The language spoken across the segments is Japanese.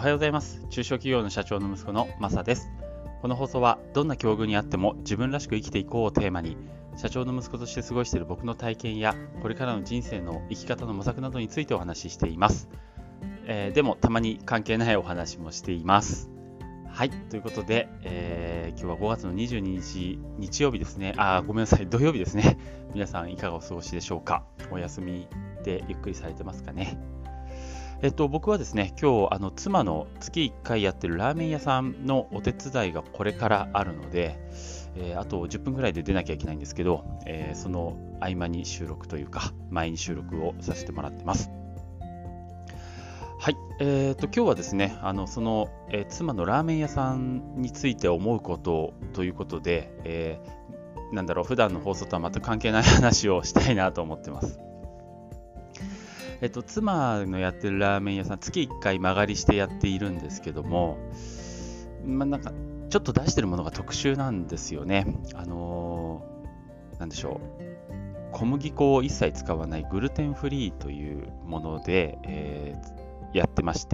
はようございます。中小企業の社長の息子のマサです。この放送はどんな境遇にあっても自分らしく生きていこうをテーマに、社長の息子として過ごしている僕の体験やこれからの人生の生き方の模索などについてお話ししています。でもたまに関係ないお話もしています。はい、ということで、今日は5月の22日日曜日ですね。ごめんなさい、土曜日ですね。皆さんいかがお過ごしでしょうか。お休みでゆっくりされてますかね。僕はですね、今日妻の月1回やってるラーメン屋さんのお手伝いがこれからあるので、あと10分ぐらいで出なきゃいけないんですけど、その合間に収録というか前に収録をさせてもらってます。はい、今日はですね、妻のラーメン屋さんについて思うことということで、普段の放送とは全く関係ない話をしたいなと思ってます。妻のやってるラーメン屋さん、月1回間借りしてやっているんですけども、ちょっと出してるものが特殊なんですよね。なんでしょう。小麦粉を一切使わないグルテンフリーというもので、やってまして、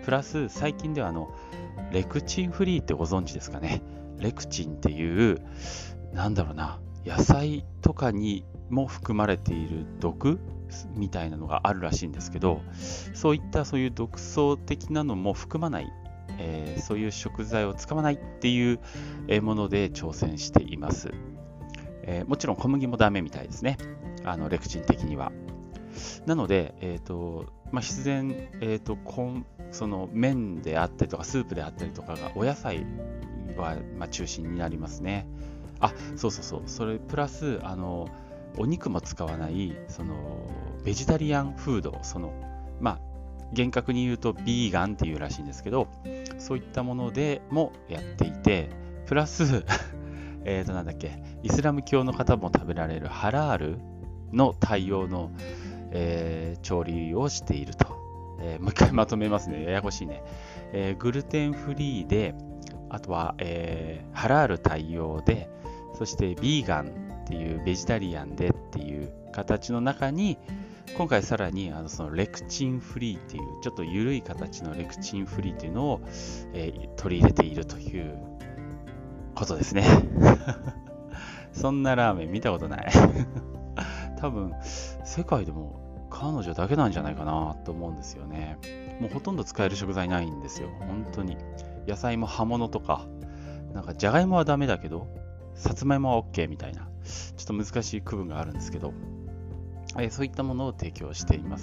プラス最近ではレクチンフリーってご存知ですかね。レクチンっていう野菜とかにも含まれている毒みたいなのがあるらしいんですけど、そういう独創的なのも含まない、そういう食材を使わないっていうもので挑戦しています。もちろん小麦もダメみたいですね。レクチン的には。なので、必然、その麺であったりとかスープであったりとかがお野菜は、中心になりますね。それプラスお肉も使わないベジタリアンフード、厳格に言うとビーガンっていうらしいんですけど、そういったものでもやっていて、プラスイスラム教の方も食べられるハラールの対応の、調理をしていると。もう一回まとめますね。ややこしいね。グルテンフリーで、あとは、ハラール対応で、そしてビーガンっていうベジタリアンでっていう形の中に、今回さらにそのレクチンフリーっていうちょっと緩い形のレクチンフリーっていうのを、取り入れているということですね。そんなラーメン見たことない。多分世界でも彼女だけなんじゃないかなと思うんですよね。もうほとんど使える食材ないんですよ。本当に野菜も葉物とか、じゃがいもはダメだけどさつまいもは OK みたいな、ちょっと難しい区分があるんですけど、そういったものを提供しています。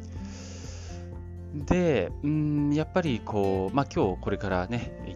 で、やっぱり今日これからね行って、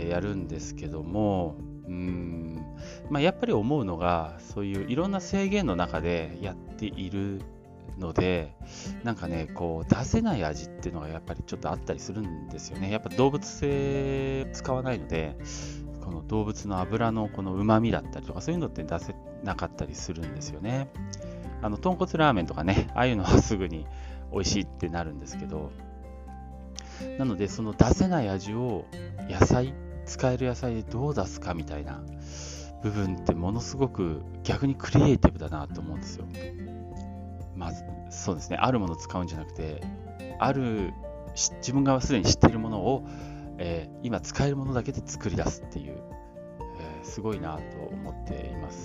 やるんですけども、やっぱり思うのが、そういういろんな制限の中でやっているので、出せない味っていうのがやっぱりちょっとあったりするんですよね。やっぱ動物性使わないので、この動物の脂のこの旨味だったりとか、そういうのって出せなかったりするんですよね。豚骨ラーメンとかね、ああいうのはすぐに美味しいってなるんですけど、なのでその出せない味を使える野菜でどう出すかみたいな部分ってものすごく逆にクリエイティブだなと思うんですよ。まずそうですね、あるものを使うんじゃなくて、自分がすでに知っているものを、今使えるものだけで作り出すっていう、すごいなと思っています。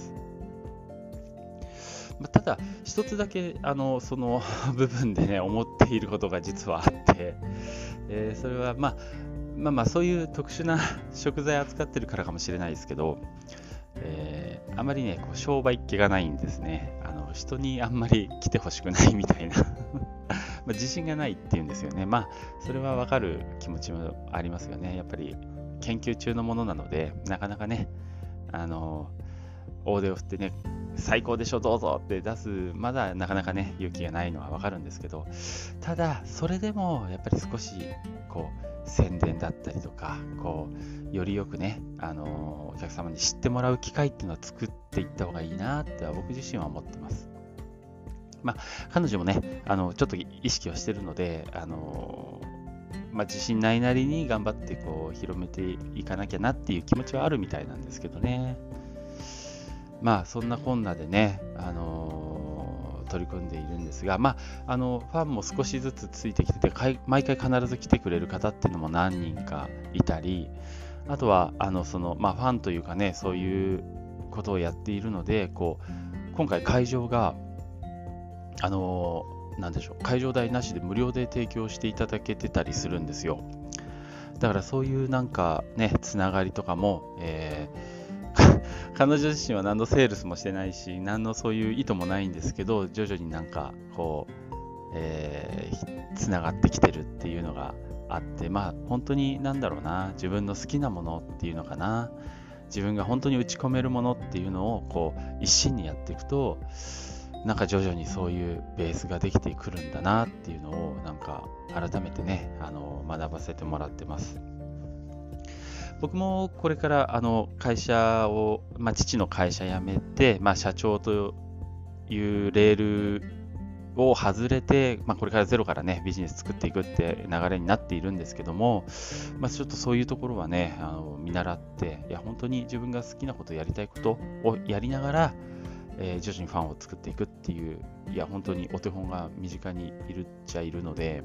ただ一つだけその部分でね思っていることが実はあって、それはそういう特殊な食材を扱ってるからかもしれないですけど、あまりね商売っ気がないんですね。人にあんまり来てほしくないみたいな自信がないっていうんですよね。それはわかる気持ちもありますよね。やっぱり研究中のものなので、なかなかね大手を振ってね、最高でしょどうぞって出す、まだなかなかね勇気がないのはわかるんですけど、ただそれでもやっぱり少し宣伝だったりとか、よりよくね、お客様に知ってもらう機会っていうのは作っていった方がいいなって僕自身は思ってます。彼女もねちょっと意識はしてるので、自信ないなりに頑張って広めていかなきゃなっていう気持ちはあるみたいなんですけどね。そんなこんなでね、 取り組んでいるんですが、ファンも少しずつついてきてて、毎回必ず来てくれる方っていうのも何人かいたり、あとはファンというかね、そういうことをやっているので、今回会場がなんでしょう、会場代なしで無料で提供していただけてたりするんですよ。だからそういうなんかね、つながりとかも、彼女自身は何のセールスもしてないし、何のそういう意図もないんですけど、徐々になんかつながってきてるっていうのがあって、本当になんだろうな、自分の好きなものっていうのかな、自分が本当に打ち込めるものっていうのを一心にやっていくと、なんか徐々にそういうベースができてくるんだなっていうのをなんか改めてね、学ばせてもらってます。僕もこれから会社を、父の会社辞めて、社長というレールを外れて、これからゼロからねビジネス作っていくって流れになっているんですけども、ちょっとそういうところはね見習って、本当に自分が好きなこと、やりたいことをやりながら、徐々にファンを作っていくっていう、本当にお手本が身近にいるっちゃいるので、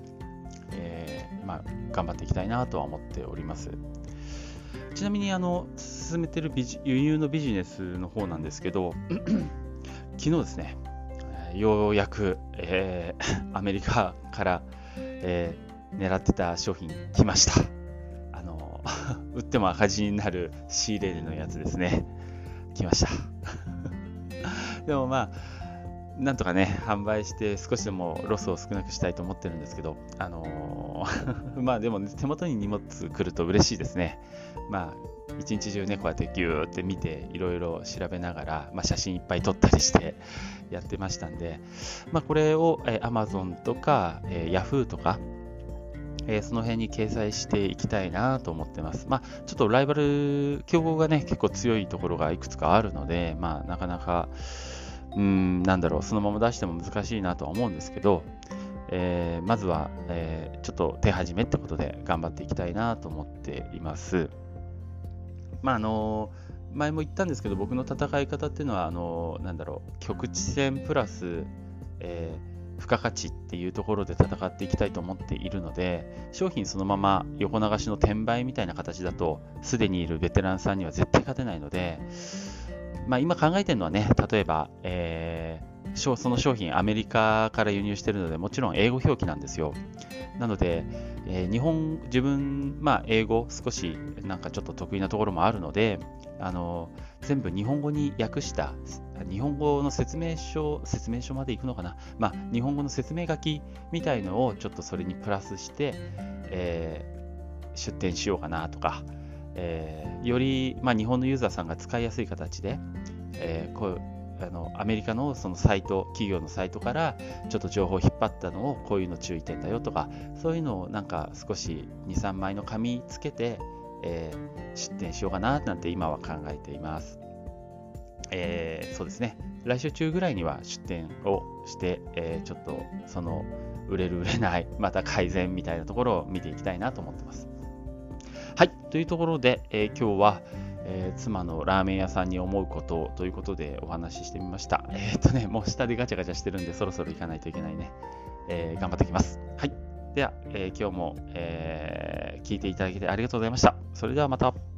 頑張っていきたいなとは思っております。ちなみに進めてる輸入のビジネスの方なんですけど昨日ですね、ようやく、アメリカから、狙ってた商品来ました。売っても赤字になる仕入れのやつですね、来ましたでもなんとかね販売して少しでもロスを少なくしたいと思ってるんですけど、でも、手元に荷物来ると嬉しいですね。一日中ねこうやってギューって見ていろいろ調べながら、写真いっぱい撮ったりしてやってましたんで、これを、Amazon とか、Yahoo とか、その辺に掲載していきたいなと思ってます。ちょっとライバル競合がね結構強いところがいくつかあるので、なかなかそのまま出しても難しいなとは思うんですけど、まずは、ちょっと手始めってことで頑張っていきたいなと思っています。前も言ったんですけど、僕の戦い方っていうのは局地戦プラス、付加価値っていうところで戦っていきたいと思っているので、商品そのまま横流しの転売みたいな形だとすでにいるベテランさんには絶対勝てないので、今考えてるのはね、例えば、その商品アメリカから輸入しているので、もちろん英語表記なんですよ。なので、自分、英語少しなんかちょっと得意なところもあるので、全部日本語に訳した日本語の説明書までいくのかな、日本語の説明書きみたいのをちょっとそれにプラスして、出店しようかなとか、より、日本のユーザーさんが使いやすい形で、アメリカのそのサイト、企業のサイトからちょっと情報を引っ張ったのをこういうの注意点だよとか、そういうのをなんか少し 2,3 枚の紙つけて、出店しようかななんて今は考えています。そうですね、来週中ぐらいには出店をして、ちょっとその売れる売れないまた改善みたいなところを見ていきたいなと思ってます。はい、というところで、今日は妻のラーメン屋さんに思うことということでお話ししてみました。もう下でガチャガチャしてるんでそろそろ行かないといけないね。頑張ってきます。はい。では、今日も、聞いていただきありがとうございました。それではまた。